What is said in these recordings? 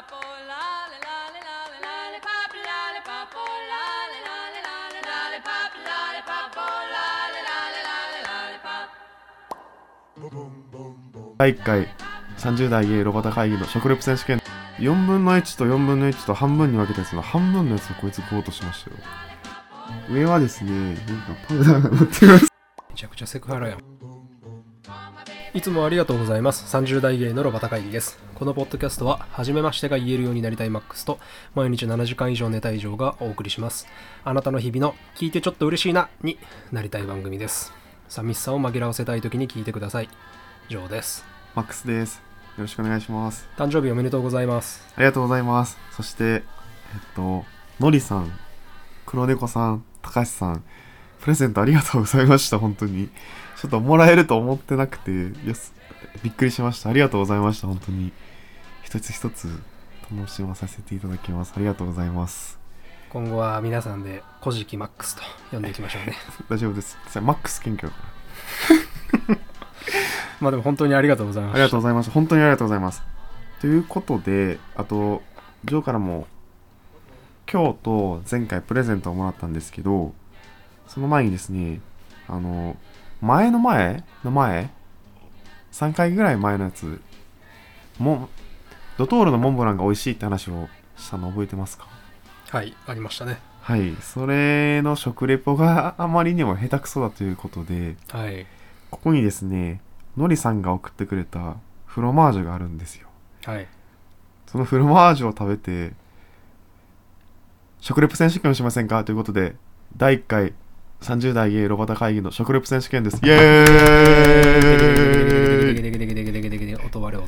第1回30代ゲイロバタ会議の食レポ選手権、4分の1と4分の1と半分に分けたやつの半分のやつをこいつ食おうとしましたよ。上はですね、なんかパウダーが乗ってます。 めちゃくちゃセクハラやん。いつもありがとうございます。30代ゲイのロバタ会議です。このポッドキャストは初めましてが言えるようになりたいマックスと毎日7時間以上寝た以上がお送りします。あなたの日々の聞いてちょっと嬉しいなになりたい番組です。寂しさを紛らわせたい時に聞いてください。ジョーです。 マックスです。よろしくお願いします。 誕生日おめでとうございます。 ありがとうございます。そしてのりさん、黒猫さん、たかしさん、プレゼントありがとうございました。本当にちょっともらえると思ってなくてびっくりしました。ありがとうございました。本当に一つ一つ楽しまさせていただきます。ありがとうございます。 今後は皆さんで古事記マックスと呼んでいきましょうね。 大丈夫です。マックス謙虚だからまあでも本当にありがとうございました。 ありがとうございました。本当にありがとうございます。ということで、あとジョーからも今日と前回プレゼントをもらったんですけど、その前にですね、前3回ぐらい前のやつドトールのモンブランが美味しいって話をしたの覚えてますか？ はい、ありましたね。 はい、それの食レポがあまりにも下手くそだということで、 はい、 ここにですね、のりさんが送ってくれたフロマージュがあるんですよ。 はい、 そのフロマージュを食べて食レポ選手権をしませんかということで、第1回30代ゲイロバタ会議の食レポ選手権です。イエーイ。 音割れ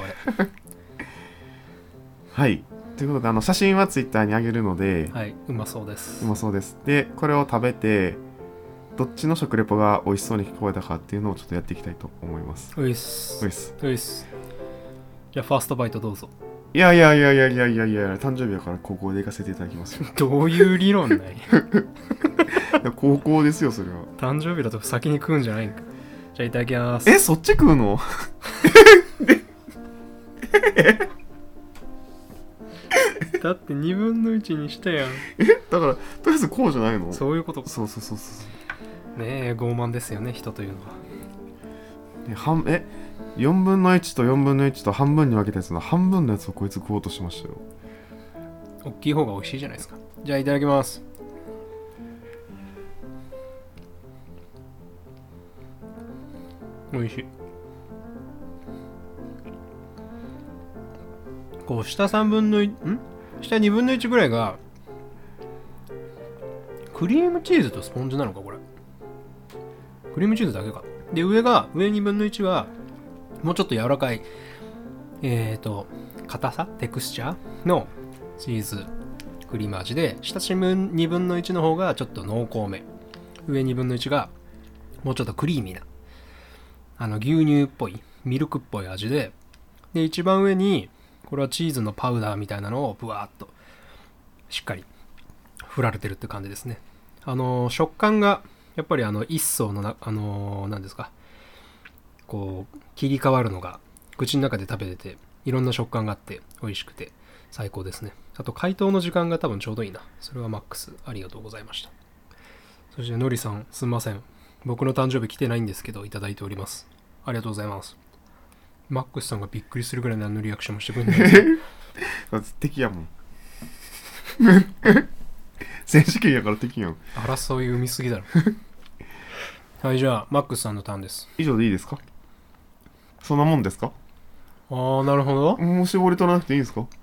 はい、ということで写真はツイッターにあげるので、 はい、うまそうです。 うまそうです。で、これを食べてどっちの食レポが美味しそうに聞こえたかっていうのをちょっとやっていきたいと思います。 ういっす。じゃあファーストバイトどうぞ。 いや誕生日だから高校で行かせていただきますよ。 どういう理論ない高校ですよ、それは。 誕生日だと先に食うんじゃないんか。じゃあいただきます。 そっち食うの？ だって2分の1にしたやん。 だからとりあえずこうじゃないの？ そういうことか。 そうねえ、傲慢ですよね、人というのは。 4分の1と4分の1と半分に分けたやつの半分のやつをこいつ食おうとしましたよ。 大きい方が美味しいじゃないですか。じゃあいただきます。美味しい。こう下3分の1下2分の1ぐらいがクリームチーズとスポンジなのか、これクリームチーズだけか。で上2分の1はもうちょっと柔らかい硬さテクスチャーのチーズクリーム味で、下2分の1の方がちょっと濃厚め、上2分の1がもうちょっとクリーミーな牛乳っぽいミルクっぽい味で、一番上にこれはチーズのパウダーみたいなのをブワーっとしっかり振られてるって感じですね。食感がやっぱり一層の何ですか、こう切り替わるのが口の中で食べてて、いろんな食感があって美味しくて最高ですね。あと解凍の時間が多分ちょうどいいな。それはマックスありがとうございました。そしてのりさん、すんません、僕の誕生日来てないんですけどいただいております。ありがとうございます。マックスさんがびっくりするぐらい何のリアクションもしてくれないだって敵やもん。選手権やから敵やん。 争い生みすぎだろ。はい、じゃあマックスさんのターンです。 以上でいいですか？そんなもんですか？ ああ、なるほど。 もう絞り取らなくていいんですか？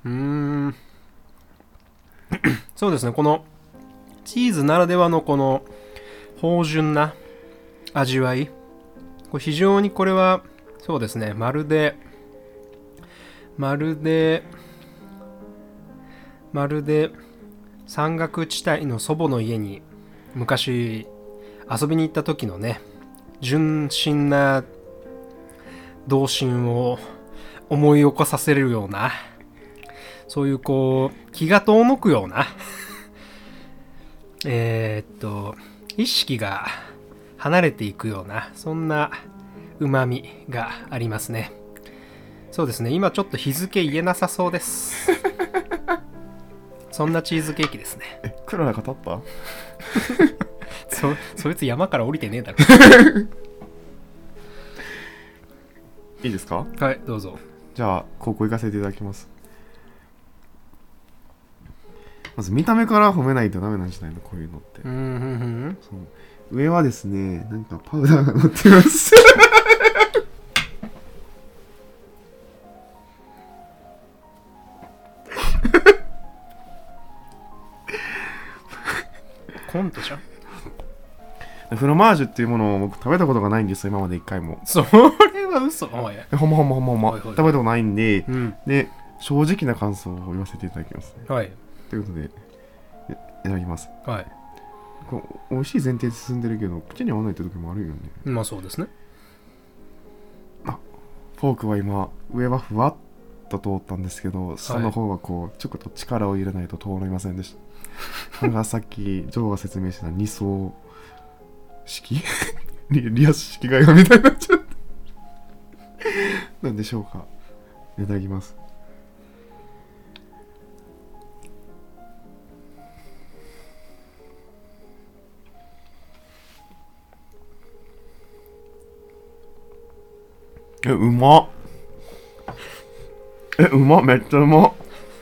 そうですね、このチーズならではのこの芳醇な味わい、非常にこれはそうですね、まるで山岳地帯の祖母の家に昔遊びに行った時のね、純真な童心を思い起こさせるような、そういうこう気が遠のくような意識が離れていくような、そんな旨味がありますね。 そうですね、今ちょっと日付言えなさそうですそんなチーズケーキですね。 クララが立った？ そいつ山から降りてねえだろいいですか？ はいどうぞ。 じゃあ高校行かせていただきます。まず見た目から褒めないとダメなんじゃないの、こういうのって。そう上はですね、なんかパウダーが乗ってますコントじゃん。 フロマージュっていうものを僕食べたことがないんですよ、今まで一回も。 それは嘘。おいほんまはいはい食べたことないんで、 うんで正直な感想を言わせていただきますね。 はいということでいただきます。 はいこう美味しい前提で進んでるけど口に合わないって時もあるよね。 まあそうですね。 フォークは今上はふわっと通ったんですけど、下の方はこうちょっと力を入れないと通りませんでした。これがさっきジョーが説明してた2層式リアス式がみたいになっちゃってなんでしょうか。いただきます。うまっ。うまっ、めっちゃうまっ。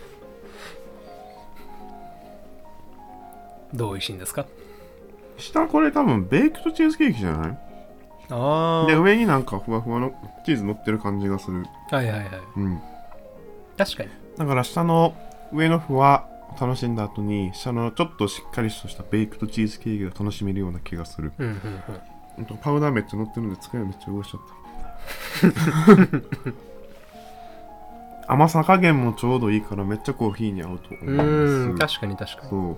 どう美味しいんですか？ 下これ多分ベイクトチーズケーキじゃない？ ああ。 で上になんかふわふわのチーズ乗ってる感じがする。 はいはいはい。 うん。 確かに。 だから下の上のふわを楽しんだ後に下のちょっとしっかりとしたベイクトチーズケーキが楽しめるような気がする。パウダーめっちゃ乗ってるんで机めっちゃ汚しちゃった甘さ加減もちょうどいいからめっちゃコーヒーに合うと思います。 確かに確かに。 そう、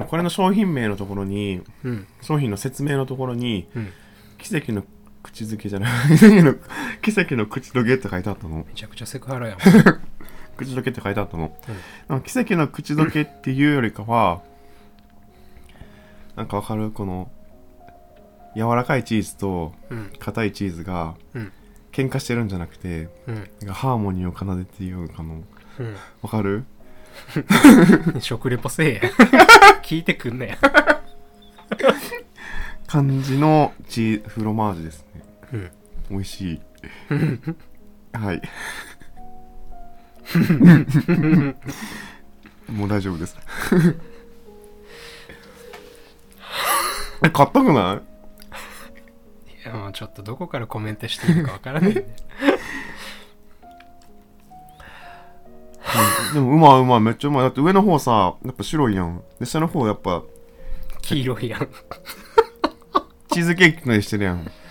これの商品名のところに、商品の説明のところに、奇跡の口づけじゃない奇跡の口どけって書いてあったの。 めちゃくちゃセクハラやん口どけって書いてあったの、奇跡の口どけっていうよりかはなんかわかる、この柔らかいチーズと硬いチーズが喧嘩してるんじゃなくて、なんかハーモニーを奏でているかの、わかる食レポせえや聞いてくんねや感じのフロマージュですね。美味しいはいもう大丈夫です買ったくない？ いやもうちょっとどこからコメントしていいのかわからないねでもうまいめっちゃうまい。だって上の方さやっぱ白いやん。で下の方やっぱ黄色いやんチーズケーキの色してるやん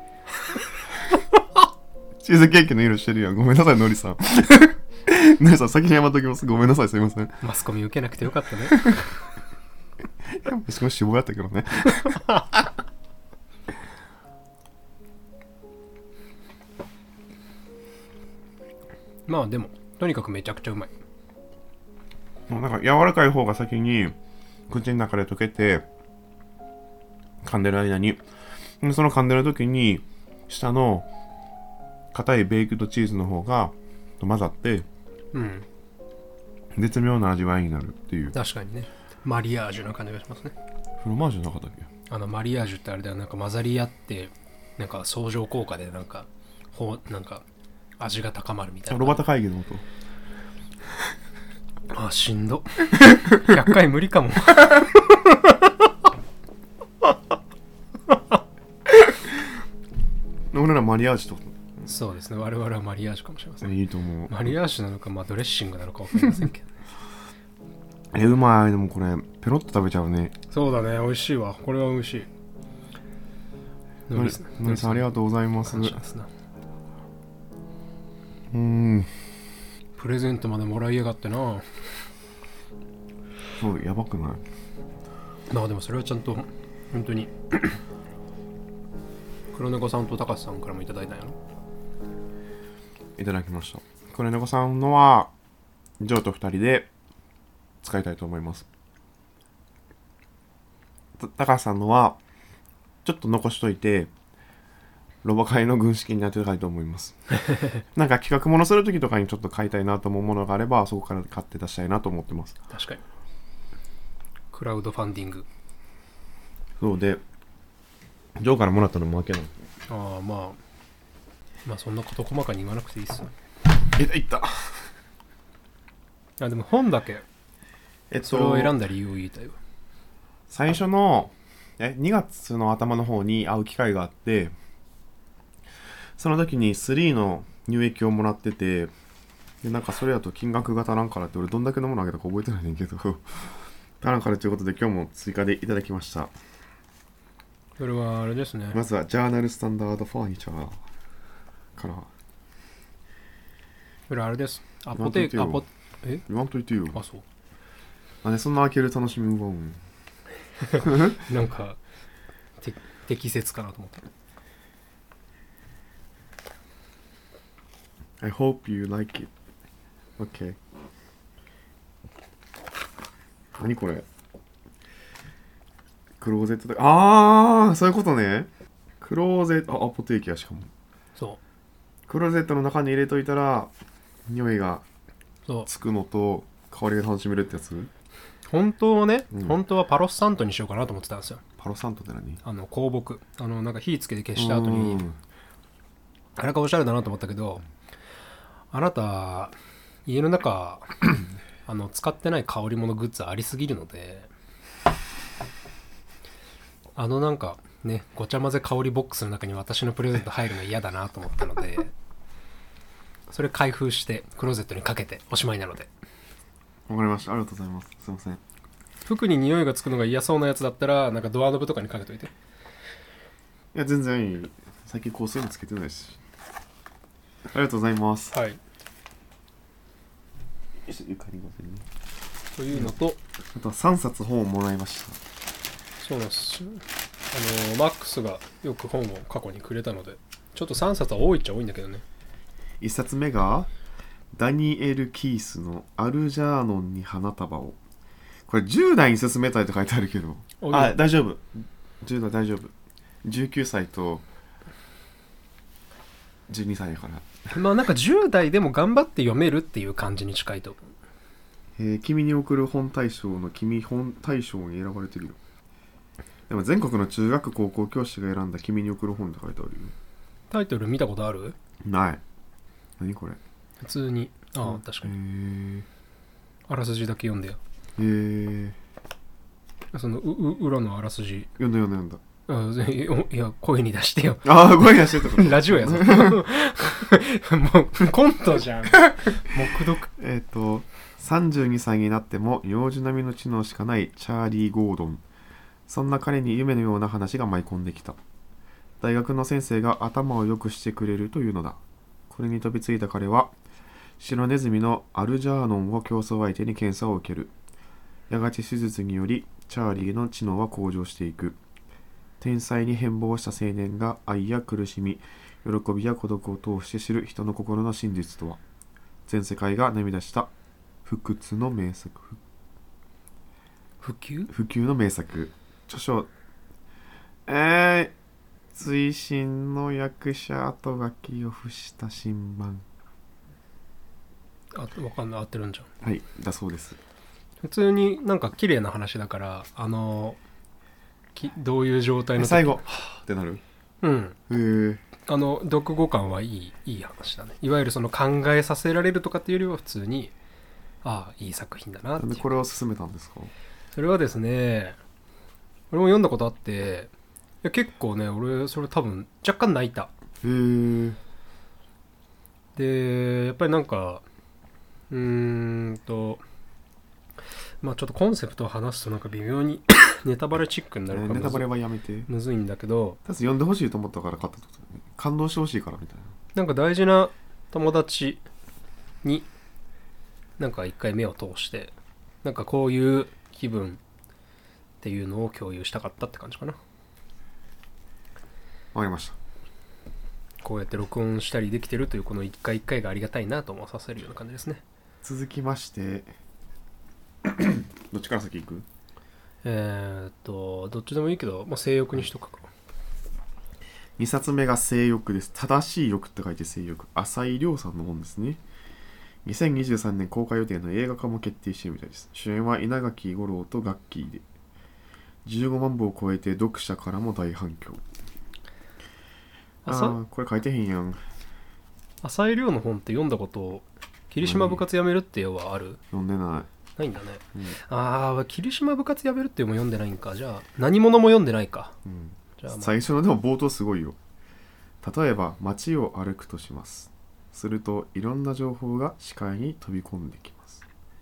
チーズケーキの色してるやん。ごめんなさいのりさんのりさん先に謝っときます。ごめんなさい、すいません。 マスコミ受けなくてよかったね少し脂肪やったけどねまあでもとにかくめちゃくちゃうまい。 なんか柔らかい方が先に口の中で溶けて噛んでる間に、その噛んでる時に下の硬いベイクドチーズの方が混ざって絶妙な味わいになるっていう。 確かにね、マリアージュな感じがしますね。 フロマージュなかったっけ？ マリアージュってあれだよ、なんか混ざり合ってなんか相乗効果でなんか味が高まるみたいな。 ロバタ会議の音あ、しんど100回無理かも俺らマリアージュってこそうですね、我々はマリアージュかもしれません。 いいと思う。 マリアージュなのか、まあ、ドレッシングなのか分かりませんけどねうまい。でもこれペロッと食べちゃうね。 そうだね、美味しいわ。これは美味しい。 のりさんありがとうございます。 プレゼントまでもらいやがってな。 そう、やばくない？ まあでもそれはちゃんと本当に黒猫さんと高橋さんからもいただいたんやろ。 いただきました。黒猫さんのはジョーと2人で使いたいと思います。高橋さんのはちょっと残しといてロバ会の軍資金に当てたいと思いますなんか企画ものするときとかにちょっと買いたいなと思うものがあれば、そこから買って出したいなと思ってます。 確かにクラウドファンディング。 そうで、ジョーからもらったのもわけない。 ああ、まあそんなこと細かに言わなくていいっすよ。 いった。 あ、でも本だけそれを選んだ理由を言いたいわ。 最初の2月の頭の方に会う機会があって、その時に3の乳液をもらってて、でなんかそれだと金額が足らんからって、俺どんだけのものあげたか覚えてないねんけど足らんからということで今日も追加でいただきました。 それはあれですね。 まずはジャーナルスタンダードファーニチャーから。 それはあれです。アポテーク、 言わんといてよ。 あ、そう。 なんでそんな開ける楽しみ奪うんなんか適切かなと思った。 I hope you like it. Okay. 何これ？クローゼットで、そういうことね。クローゼット、アポテーキやしかも。 そクローゼットの中に入れといたら匂いがうつくのと香りが楽しめるってやつ。 本当はね、 うん、 本当はパロサントにしようかなと思ってたんですよ。 パロサントって何？ 香木、なんか火つけて消した後にあれかおしゃれだなと思ったけど、あなた家の中使ってない香り物グッズありすぎるので、なんかね、ごちゃ混ぜ香りボックスの中に私のプレゼント入るの嫌だなと思ったのでそれ開封してクローゼットにかけておしまいなので。 わかりました。ありがとうございます。すいません。 服に匂いがつくのが嫌そうなやつだったらなんかドアノブとかにかけといて。 いや全然いい。最近香水もつけてないし。ありがとうございます。 はい。 ゆかりませんね。 というのと、 あとは3冊本をもらいました。 そうなんです。マックスがよく本を過去にくれたので、ちょっと3冊は多いっちゃ多いんだけどね。 1冊目がダニエル・キースのアルジャーノンに花束を。これ10代に勧めたいと書いてあるけど、大丈夫。10代大丈夫。19歳と12歳やから。 まあなんか10代でも頑張って読めるっていう感じに近いと思う。 君に送る本大賞の君本大賞に選ばれてるよ。でも全国の中学高校教師が選んだ君に送る本って書いてあるよ。 タイトル見たことある？ ない。何これ？ 普通に。確かに。あらすじだけ読んでよ。その裏のあらすじ。 読んだ。 いや、声に出してよ。 声に出してとラジオやぞ。もうコントじゃん。黙読。 32歳になっても幼児並みの知能しかないチャーリー・ゴードン。そんな彼に夢のような話が舞い込んできた。大学の先生が頭を良くしてくれるというのだ。これに飛びついた彼は白ネズミのアルジャーノンを競争相手に検査を受ける。やがて手術によりチャーリーの知能は向上していく。天才に変貌した青年が愛や苦しみ、喜びや孤独を通して知る人の心の真実とは。全世界が涙した不屈の名作。 不朽の名作。著書追伸の役者後書きを付した新版。 わかんない。合ってるんじゃん。 はい、だそうです。 普通になんか綺麗な話だから、どういう状態の時最後はぁってなる。 読後感はいい話だね。いわゆるその考えさせられるとかっていうよりは普通にいい作品だなっていう。 なんでこれを勧めたんですか？ それはですね、俺も読んだことあって、いや結構ね、俺それ多分若干泣いた。でやっぱりなんかまあちょっとコンセプトを話すとなんか微妙にネタバレチックになるからネタバレはやめて。 むずいんだけど、 ただ読んでほしいと思ったから買ったってことだね。感動してほしいからみたいな。 なんか大事な友達になんか一回目を通してなんかこういう気分っていうのを共有したかったって感じかな。 わかりました。 こうやって録音したりできてるというこの一回一回がありがたいなと思わさせるような感じですね。 続きましてどっちから先行く？ どっちでもいいけど、まあ、性欲にしとくか。 2冊目が性欲です。正しい欲って書いて性欲。浅井亮さんの本ですね。2023年公開予定の映画化も決定しているみたいです。主演は稲垣吾郎とガッキーで、15万部を超えて読者からも大反響。これ書いてへんやん。 浅井亮の本って読んだこと、霧島部活やめるってよはある？ 読んでない。 ないんだね。 うん、 霧島部活やめるってよも読んでないんか。じゃあ何者も読んでないか。 うん、 じゃあ、 最初のでも冒頭すごいよ。例えば街を歩くとします。するといろんな情報が視界に飛び込んできます。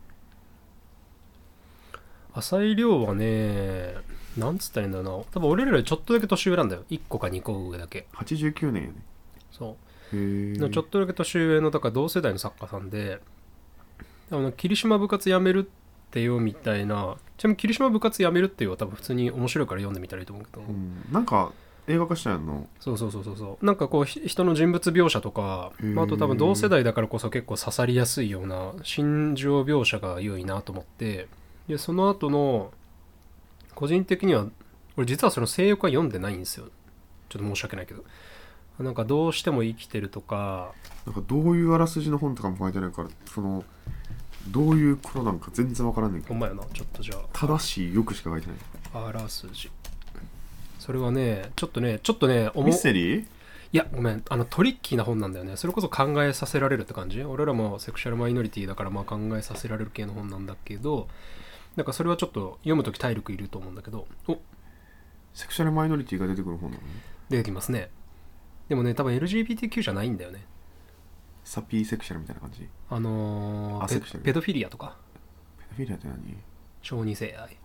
浅井亮はね、なんつったらいいんだろうな。多分俺らよりちょっとだけ年上なんだよ。1個か2個上だけ。 89年やね。 そう。 へえ。 ちょっとだけ年上のだから同世代の作家さんで、霧島部活やめるってよみたいな。ちなみに霧島部活やめるってよは多分普通に面白いから読んでみたらいいと思うけど、 うん、なんか映画化したやんの。 そうなんかこう人の人物描写とか、あと多分同世代だからこそ結構刺さりやすいような心情描写が良いなと思って、でその後の個人的には俺実はその性欲は読んでないんですよ。ちょっと申し訳ないけど、なんかどうしても生きてるとか、 なんかどういうあらすじの本とかも書いてないから、そのどういうことなんか全然わからんねんけど。 ほんまやな。ちょっとじゃあ正しい欲しか書いてない。 あらすじ、それはねちょっとねミステリー？ いやごめん、トリッキーな本なんだよね。それこそ考えさせられるって感じ。俺らもセクシャルマイノリティだからまあ考えさせられる系の本なんだけど、なんかそれはちょっと読むとき体力いると思うんだけど。 セクシャルマイノリティが出てくる本なの？ 出てきますね。でもね多分 LGBTQ じゃないんだよね。 サピーセクシャルみたいな感じ。アセクシャル。 ペドフィリアとか。 ペドフィリアって何？ 小児性愛。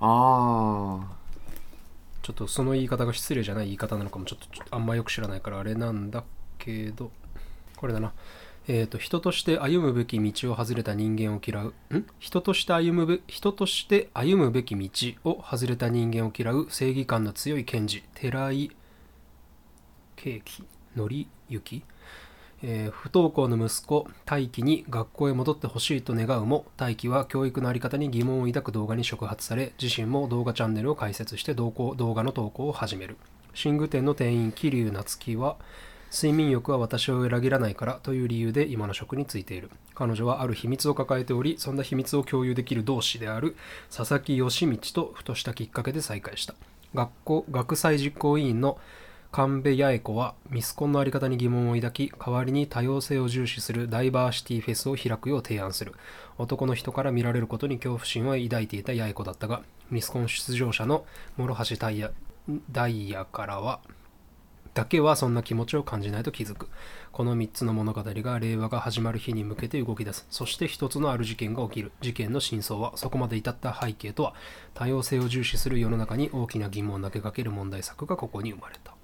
ちょっとその言い方が失礼じゃない言い方なのかもちょっとあんまよく知らないからあれなんだけど、これだな。人として歩むべき道を外れた人間を嫌う。人として歩むべき道を外れた人間を嫌う正義感の強い検事、寺井慶喜則之。不登校の息子大輝に学校へ戻ってほしいと願うも、大輝は教育の在り方に疑問を抱く動画に触発され、自身も動画チャンネルを開設して動画の投稿を始める。寝具店の店員桐生夏樹は、睡眠欲は私を裏切らないからという理由で今の職に就いている。彼女はある秘密を抱えており、そんな秘密を共有できる同志である佐々木義道とふとしたきっかけで再会した。学祭実行委員の神戸八重子はミスコンの在り方に疑問を抱き、代わりに多様性を重視するダイバーシティフェスを開くよう提案する。男の人から見られることに恐怖心を抱いていた八重子だったが、ミスコン出場者の諸橋ダイヤからだけはそんな気持ちを感じないと気づく。この3つの物語が令和が始まる日に向けて動き出す。そして一つのある事件が起きる。事件の真相は、そこまで至った背景とは、多様性を重視する世の中に大きな疑問を投げかける問題作がここに生まれた。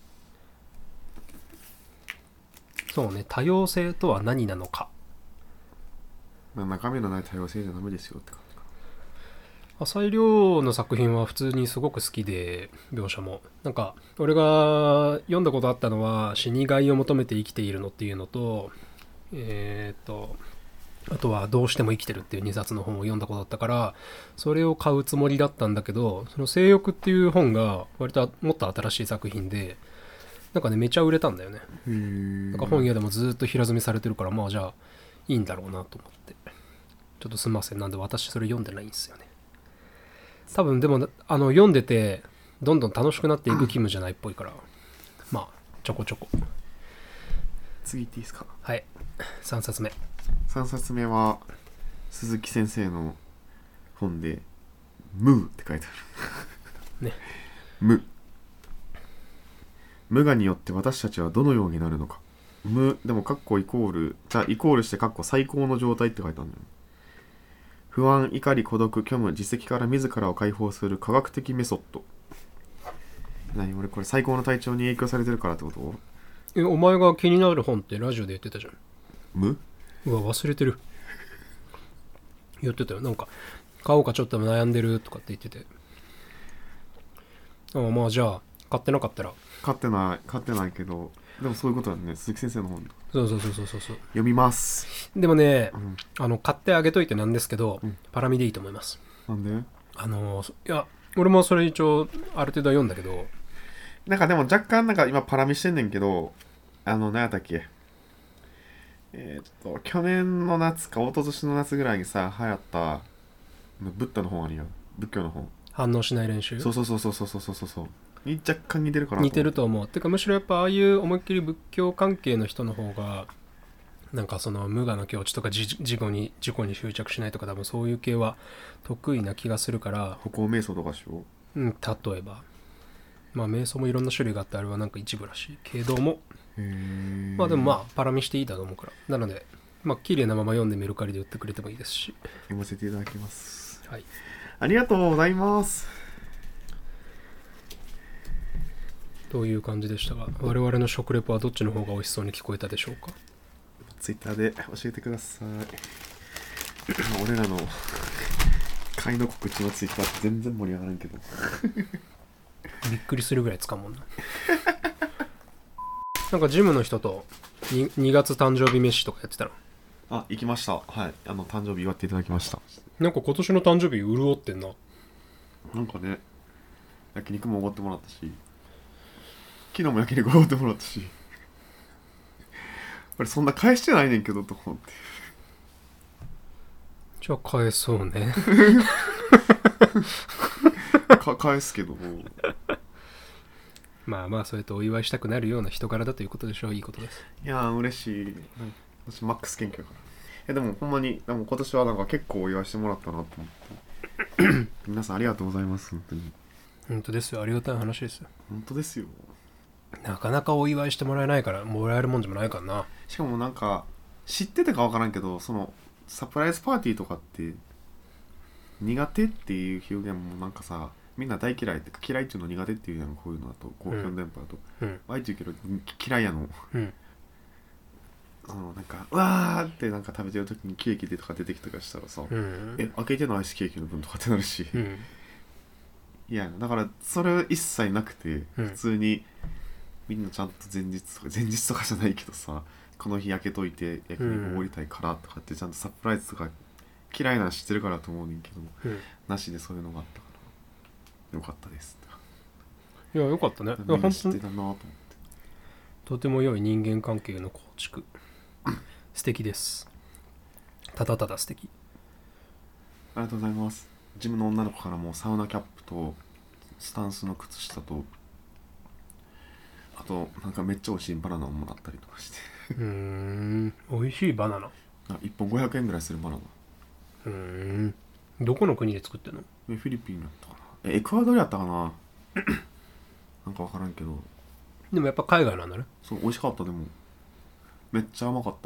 そうね、多様性とは何なのか。 中身のない多様性じゃダメですよって感じか。 浅井亮の作品は普通にすごく好きで、描写もなんか俺が読んだことあったのは死骸を求めて生きているのっていうのと、あとはどうしても生きてるっていう2冊の本を読んだことだったから、それを買うつもりだったんだけど、その性欲っていう本が割ともっと新しい作品で、なんかねめちゃ売れたんだよね。なんか本屋でもずっと平積みされてるから、まあじゃあいいんだろうなと思って、ちょっとすみません、なんで私それ読んでないんですよね。多分でも読んでてどんどん楽しくなっていく気分じゃないっぽいから、まあちょこちょこ。 次いっていいですか？ はい、3冊目。 3冊目は鈴木先生の本でムーって書いてあるね。 無我によって私たちはどのようになるのか。無でもカッコイコールしてカッコ最高の状態って書いてあるんだよ。不安、怒り、孤独、虚無、自責から自らを解放する科学的メソッド。何俺これ最高の体調に影響されてるからってこと？ お前が気になる本ってラジオで言ってたじゃん。うわ忘れてる。言ってたよ。なんか買おうかちょっと悩んでるとかって言ってて、まあじゃあ買ってなかったら。 買ってないけど、でもそういうことだね。鈴木先生の本。 そう読みます。 でもね、買ってあげといてなんですけど、パラミでいいと思います。 なんで？ いや俺もそれ一応ある程度読んだけど、 なんかでも若干なんか今パラ見してんねんけど、何やったっけ、去年の夏か一昨年の夏ぐらいにさ流行ったブッダの本あるよ、仏教の本。 反応しない練習。 そうそうそうそうそうそうそうそうに若干似てるかなと思って。 似てると思う。てかむしろやっぱああいう思いっきり仏教関係の人の方がなんかその無我の境地とか自己に執着しないとか多分そういう系は得意な気がするから、 歩行瞑想とかしようん、例えばまあ瞑想もいろんな種類があって、あれはなんか一部らしいけども、 う。へえ。 まあでもまあパラ見していいだと思うから、なのでまあ綺麗なまま読んでメルカリで売ってくれてもいいですし。 読ませていただきます。 はい、 ありがとうございます。 という感じでしたが、我々の食レポはどっちの方が美味しそうに聞こえたでしょうか。 ツイッターで教えてください。俺らの買いの告知のツイッターって全然盛り上がらんけど。 びっくりするぐらい使うもんな。なんかジムの人と 2月誕生日飯とかやってたの。 あ、行きました。はい。誕生日祝っていただきました。 なんか今年の誕生日潤ってんな。 なんかね、焼肉もおごってもらったし、昨日も焼肉おごってもらったし、これそんな返してないねんけどと思って。 じゃあ返そうね。 返すけども。 まあまあそうやってお祝いしたくなるような人柄だということでしょう。いいことです。 いやー嬉しい。私マックス謙虚やから。でもほんまに、でも今年はなんか結構お祝いしてもらったなと思って。皆さんありがとうございます。本当に。 本当ですよ。ありがたい話ですよ。 本当ですよ。 なかなかお祝いしてもらえないから、もらえるもんじゃないからな。 しかもなんか知っててか分からんけど、そのサプライズパーティーとかって苦手っていう表現もなんかさ、みんな大嫌いってか嫌いっていうの苦手っていうやん、こういうのだと公共電波だと、あえて言うけど嫌いやの。なんかうわーってなんか食べてる時にケーキでとか出てきたりしたらさ、開けてのアイスケーキの分とかってなるし、いやだからそれ一切なくて、普通にみんなちゃんと前日とかじゃないけどさ、この日焼けといて焼肉おごりたいからとかってちゃんとサプライズとか嫌いなの知ってるからと思うねんけど、なしでそういうのがあったからよかったです。 いやよかったね。 みんな知ってたなと思って。 とても良い人間関係の構築。素敵です。ただただ素敵。 ありがとうございます。ジムの女の子からもサウナキャップとスタンスの靴下と、あとなんかめっちゃ美味しいバナナをもらったりとかして。 美味しいバナナ。 1本500円ぐらいするバナナ。 どこの国で作ってんの？ フィリピンだったかな、エクアドルやったかな。なんか分からんけど、 でもやっぱ海外なんだね。 そう美味しかった。でもめっちゃ甘かった。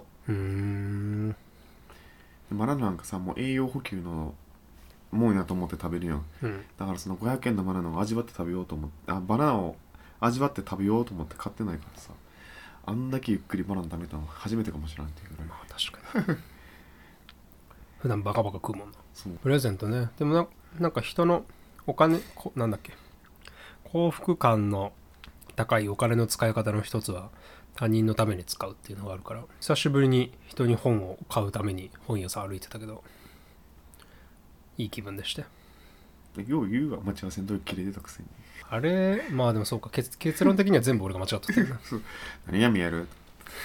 バナナなんかさ、もう栄養補給のもんやと思って食べるやん、だからその500円のバナナを味わって食べようと思って、バナナを味わって食べようと思って買ってないからさ、あんだけゆっくりバナナ食べたの初めてかもしれんっていうぐらい。 まあ確かに。普段バカバカ食うもんな。 そうプレゼントね。でもなんか人のお金なんだっけ、幸福感の高いお金の使い方の一つは他人のために使うっていうのがあるから、久しぶりに人に本を買うために本屋さん歩いてたけど、いい気分でしたよ。 よう言うわ、待ち合わせの時切れてたくせに。 あれまあでもそうか、結論的には全部俺が間違ってたよな。 何やみやる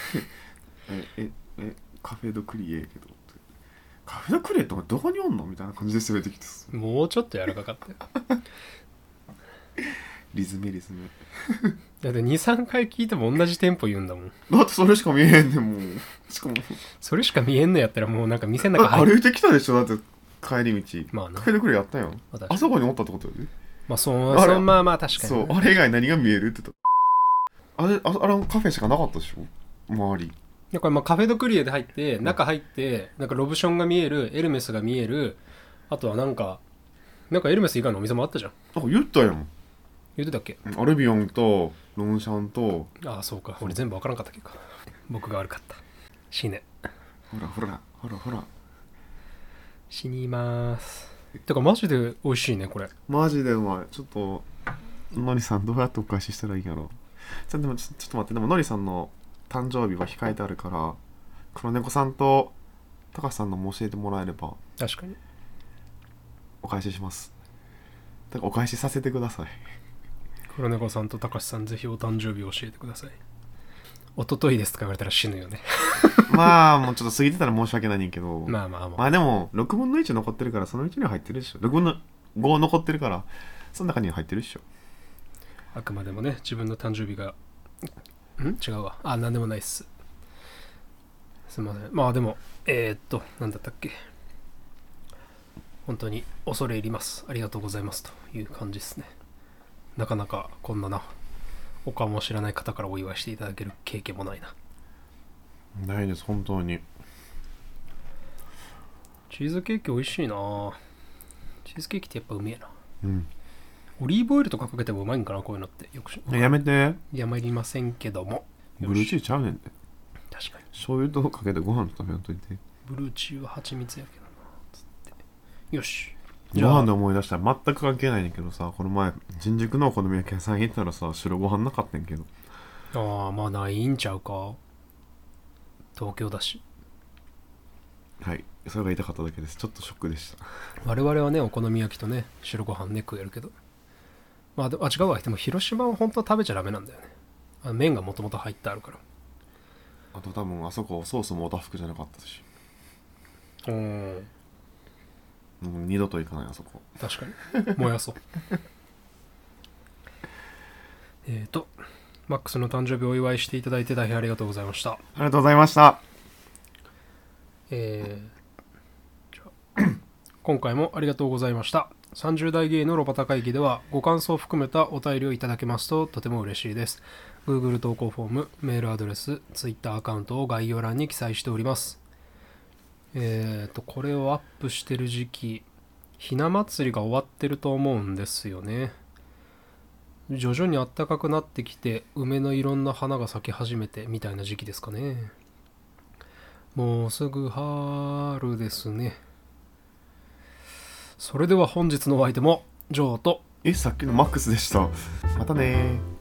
カフェドクリエけど、カフェドクリエってどこにおんのみたいな感じで攻めてきて、 もうちょっと柔らかかったよ。 リズメだって 2,3 回聞いても同じテンポ言うんだもん。 だってそれしか見えへんねんもん。しかもそれしか見えんのやったらもうなんか店の中入歩いてきたでしょ。だって帰り道、 まあな、 カフェドクリエやったやん。あそこにおったってことよね。 まあそうまあまあ確かに、ね、 そう、あれ以外何が見えるって言ったら、あれカフェしかなかったでしょ周り。 だからまあカフェドクリエで入って中入ってなんかロブションが見える、エルメスが見える、あとはなんかエルメス以外のお店もあったじゃん。 なんか言ったやん。 言ってたっけ？ アルビオンとロンシャンと、 ああそうか、俺全部わからんかったっけか。僕が悪かった。死ね。 ほら死にます。てかマジで美味しいねこれ。 マジでうまい。ちょっとのりさんどうやってお返ししたらいいんやろ。でもちょっと待って、でものりさんの誕生日は控えてあるから、黒猫さんと高橋さんのも教えてもらえれば確かにお返しします。だからお返しさせてください。 黒猫さんと高橋さん、ぜひお誕生日を教えてください。一昨日ですとか言われたら死ぬよね。 まあもうちょっと過ぎてたら申し訳ないねんけど、 まあまあまあ、 まあでも6分の1残ってるからそのうちには入ってるでしょ。6分の5残ってるからその中には入ってるでしょ。 あくまでもね、自分の誕生日が違うわ。なんでもないっす。すいません。まあでもなんだったっけ、本当に恐れ入ります、ありがとうございますという感じですね。なかなかこんなお顔も知らない方からお祝いしていただける経験もないな。 ないです本当に。 チーズケーキ美味しいな。チーズケーキってやっぱうめえな。 うんオリーブオイルとかかけてもうまいんかな、こういうのって。よくやめて、 やまりませんけども。 ブルーチーズちゃうねんで。 確かに醤油とかけてご飯食べんといて。 ブルーチーは蜂蜜やけどなつって。よし、 ご飯で思い出したら全く関係ないねんけどさ、この前新宿のお好み焼き屋さん行ったらさ、白ご飯なかったんけど。 まあないんちゃうか、東京だし。 はい、それが言いたかっただけです。ちょっとショックでした。 我々はね、お好み焼きとね、白ご飯ね食えるけど、まあ違うわ。でも広島は本当は食べちゃダメなんだよね。麺がもともと入ってあるから。 あと多分あそこソースもおたふくじゃなかったし、もう二度と行かないあそこ。 確かに燃やそう。マックスの誕生日をお祝いしていただいて大変ありがとうございました。 ありがとうございました。 じゃあ今回もありがとうございました。30代芸のロバタ会議ではご感想を含めたお便りをいただけますととても嬉しいです。 Google 投稿フォーム、メールアドレス、Twitter アカウントを概要欄に記載しております。これをアップしてる時期、ひな祭りが終わってると思うんですよね。徐々に暖かくなってきて、梅のいろんな花が咲き始めてみたいな時期ですかね。もうすぐ春ですね。それでは本日のお相手もジョーとさっきのマックスでした。またねー。